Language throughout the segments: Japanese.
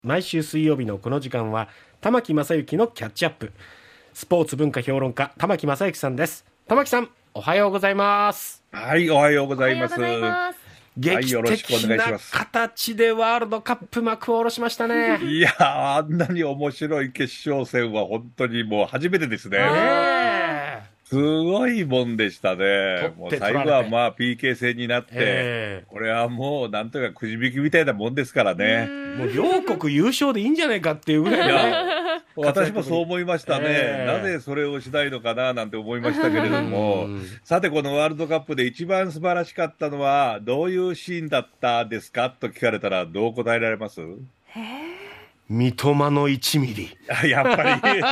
毎週水曜日のこの時間は玉木正之のキャッチアップ。スポーツ文化評論家玉木正之さんです。玉木さん、おはようございます。 はい、おはようございます。 劇的な形でワールドカップ幕を下ろしましたね。 いやー、あんなに面白い決勝戦は本当にもう初めてですね。すごいもんでしたね。もう最後はまあ PK 戦になって、これはもうなんとかくじ引きみたいなもんですからね。 もう両国優勝でいいんじゃないかっていうぐらいね。 私もそう思いましたね。なぜそれをしないのかななんて思いましたけれども、さてこのワールドカップで一番素晴らしかったのはどういうシーンだったですかと聞かれたらどう答えられます？ 三笘の1ミリ。 やっぱり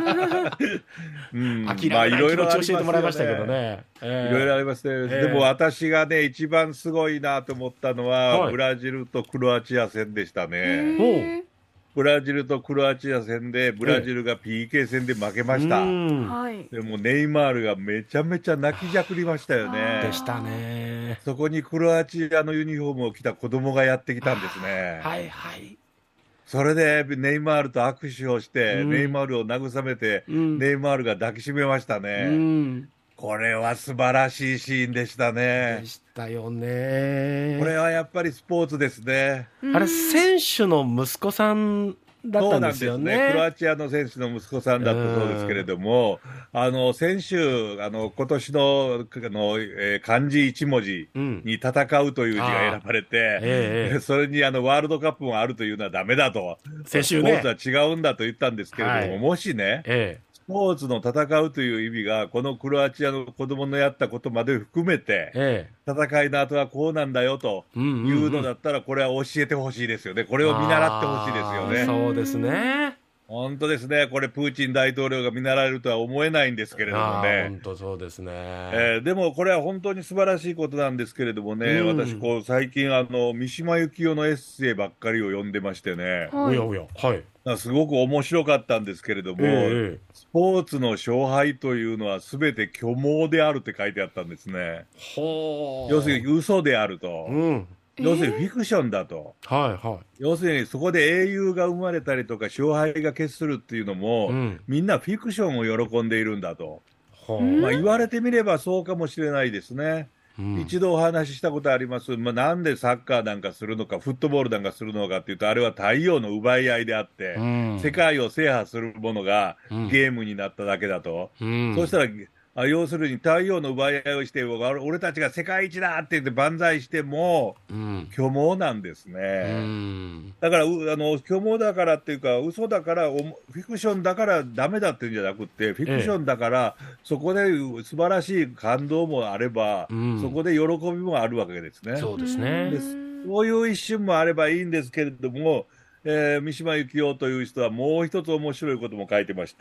まあいろいろ教えてもらいましたけどね。 いろいろありますね。でも私がね一番すごいなと思ったのは、ブラジルとクロアチア戦でしたね。ブラジルとクロアチア戦でブラジルが PK 戦で負けました。でもネイマールがめちゃめちゃ泣きじゃくりましたよね。 でしたね。 そこにクロアチアのユニフォームを着た子供がやってきたんですね。 はいはい。 それでネイマールと握手をして、ネイマールを慰めて、ネイマールが抱きしめましたね。これは素晴らしいシーンでしたね。 でしたよね。 これはやっぱりスポーツですね。 あれ、選手の息子さんだったんですよね。 そうなんですね。クロアチアの選手の息子さんだったそうですけれども、先週、今年の漢字一文字に戦うという字が選ばれて、それにワールドカップもあるというのはダメだと、 先週ね、 スポーツは違うんだと言ったんですけれども、もしね、スポーツの戦うという意味がこのクロアチアの子供のやったことまで含めて、戦いの後はこうなんだよというのだったら、これは教えてほしいですよね。これを見習ってほしいですよね。 そうですね。 本当ですね。これプーチン大統領が見習えるとは思えないんですけれどもね。 本当そうですね。 でもこれは本当に素晴らしいことなんですけれどもね、私最近三島由紀夫のエッセイばっかりを読んでましてね。 おやおや、はい。 すごく面白かったんですけれども、スポーツの勝敗というのは全て虚妄であるって書いてあったんですね。要するに嘘であると。要するにフィクションだと。要するにそこで英雄が生まれたりとか勝敗が決するっていうのも、みんなフィクションを喜んでいるんだと。まあ言われてみればそうかもしれないですね。一度お話ししたことあります。なんでサッカーなんかするのか、フットボールなんかするのかっていうと、あれは太陽の奪い合いであって、世界を制覇するものがゲームになっただけだと。そうしたら、要するに太陽の奪い合いをして、俺たちが世界一だって言って万歳しても、虚妄なんですね。だから虚妄だからっていうか、嘘だから、フィクションだからダメだっていうんじゃなくて、フィクションだから、そこで素晴らしい感動もあれば、そこで喜びもあるわけですね。 そうですね。 そういう一瞬もあればいいんですけれども、三島由紀夫という人はもう一つ面白いことも書いてまして、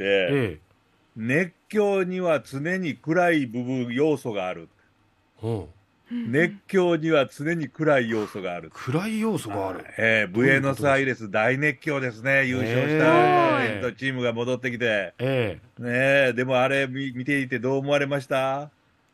熱狂には常に暗い部分要素がある。熱狂には常に暗い要素がある。 暗い要素がある。 ブエノスアイレス大熱狂ですね。優勝したチームが戻ってきて。でもあれ見ていてどう思われました？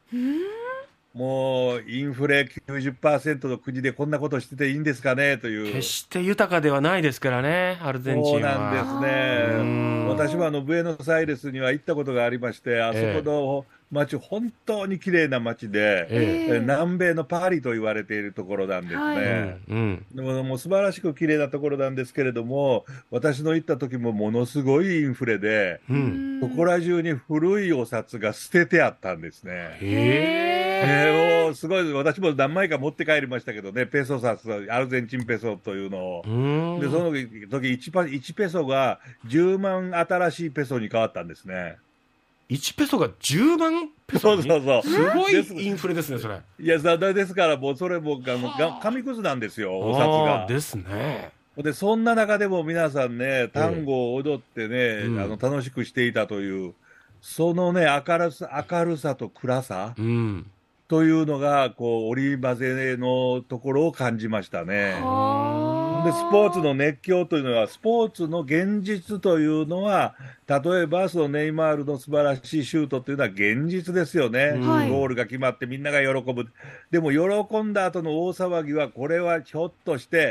もうインフレ 90% の国でこんなことしてていいんですかねという。 決して豊かではないですからね、アルゼンチンは。 そうなんですね。私はブエノスアイレスには行ったことがありまして、あそこの街、本当に綺麗な街で、南米のパリと言われているところなんですね。でも素晴らしく綺麗なところなんですけれども、私の行った時もものすごいインフレで、そこら中に古いお札が捨ててあったんですね。もうすごい、私も何枚か持って帰りましたけどね、ペソ札、アルゼンチンペソというのを。で、その時1ペソが10万新しいペソに変わったんですね。 1ペソが10万ペソに？ そうすごいインフレですね、それ。 いや、ですから、もうそれも紙くずなんですよ、お札が。 ですね。 で、そんな中でも皆さんね、単語を踊ってね、楽しくしていたという、そのね、明るさと暗さ。というのが織り交ぜのところを感じましたね。で、スポーツの熱狂というのは、スポーツの現実というのは、例えばそのネイマールの素晴らしいシュートというのは現実ですよね。ゴールが決まってみんなが喜ぶ。でも喜んだ後の大騒ぎは、これはひょっとして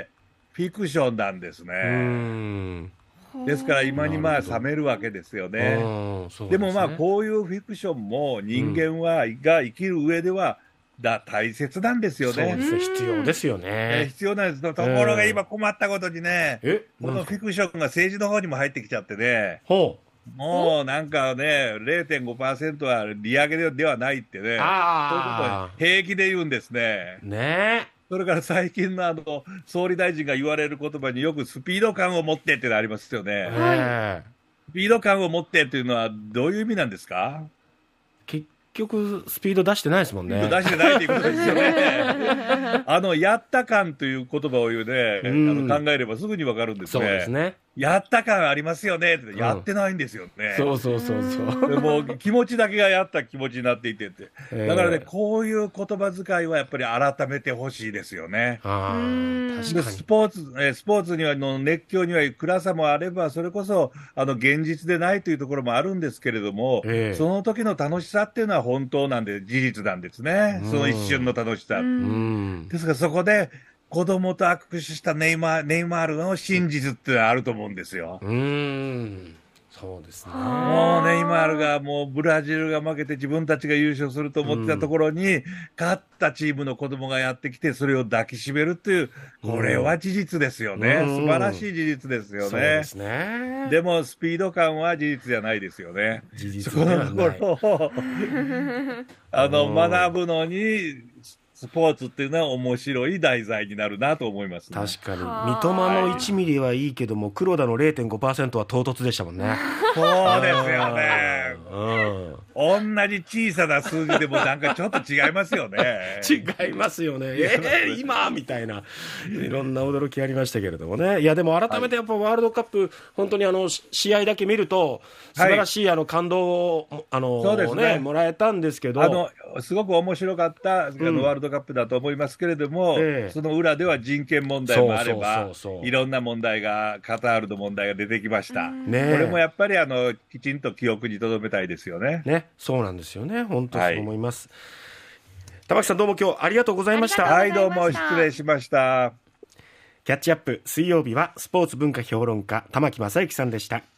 フィクションなんですね。ですから今にまあ冷めるわけですよね。でもまあこういうフィクションも人間は、が生きる上では大切なんですよね。 必要ですよね。 必要なんです。ところが今困ったことにね、このフィクションが政治の方にも入ってきちゃってね。もうなんかね、0.5% は利上げではないってね、そういうことを平気で言うんですね。それから最近の総理大臣が言われる言葉によくスピード感を持ってってのありますよね。スピード感を持ってっていうのはどういう意味なんですか？ 結局スピード出してないですもんね。 出してないということですよね。やった感という言葉を言うね、考えればすぐにわかるんですね。 そうですね。 やった感ありますよねって、やってないんですよね。 そう。 でも気持ちだけがやった気持ちになっていてって。だからね、こういう言葉遣いはやっぱり改めてほしいですよね。 確かに。 スポーツにはの熱狂には暗さもあれば、それこそ現実でないというところもあるんですけれども、その時の楽しさっていうのは本当なんで、事実なんですね。その一瞬の楽しさ。ですからそこで、子供と握手したネイマールの真実ってあると思うんですよ。 そうですね。 もうネイマールがもうブラジルが負けて自分たちが優勝すると思ってたところに、勝ったチームの子供がやってきてそれを抱きしめるっていう、これは事実ですよね。素晴らしい事実ですよね。そうですね。でもスピード感は事実じゃないですよね。そこのところを学ぶのにスポーツっていうのは面白い題材になるなと思います、ね。 確かに三笘の1ミリはいいけども、黒田の 0.5% は唐突でしたもんね。 そうですよね。同じ小さな数字でもなんかちょっと違いますよね。 違いますよね。今みたいないろんな驚きありましたけれどもね。いやでも改めてやっぱワールドカップ、本当に試合だけ見ると素晴らしい感動をそうですね、もらえたんですけど、 すごく面白かったワールドカップだと思いますけれども、その裏では人権問題もあれば、いろんな問題が、カタールの問題が出てきました。これもやっぱりきちんと記憶に留めたいですよね。 そうなんですよね。本当そう思います。玉木さん、どうも今日ありがとうございました。 はい、どうも失礼しました。 キャッチアップ水曜日はスポーツ文化評論家玉木正之さんでした。